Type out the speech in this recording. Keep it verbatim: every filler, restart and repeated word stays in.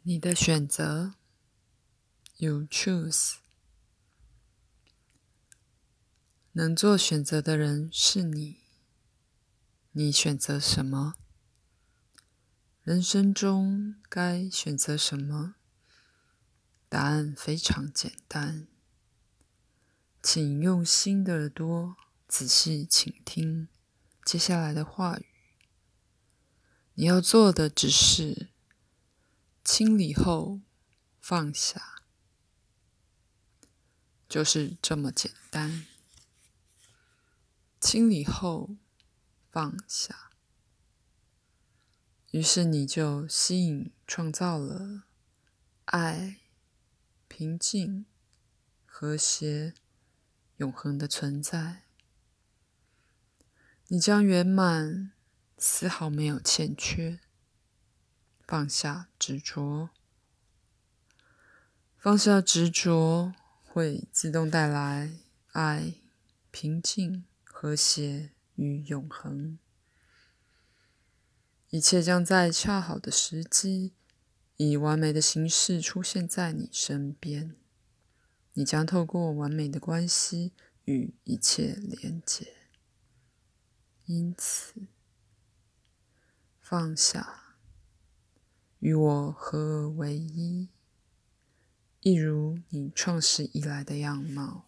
你的选择 You choose。 能做选择的人是你。你选择什么？人生中该选择什么？答案非常简单，请用心的耳朵仔细倾听接下来的话语。你要做的只是清理后放下，就是这么简单。清理后放下，于是你就吸引创造了爱、平静、和谐、永恒的存在。你将圆满，丝毫没有欠缺。放下执着，放下执着会自动带来爱、平静、和谐与永恒。一切将在恰好的时机，以完美的形式出现在你身边。你将透过完美的关系与一切连结。因此，放下，与我合而为一，一如你创始以来的样貌。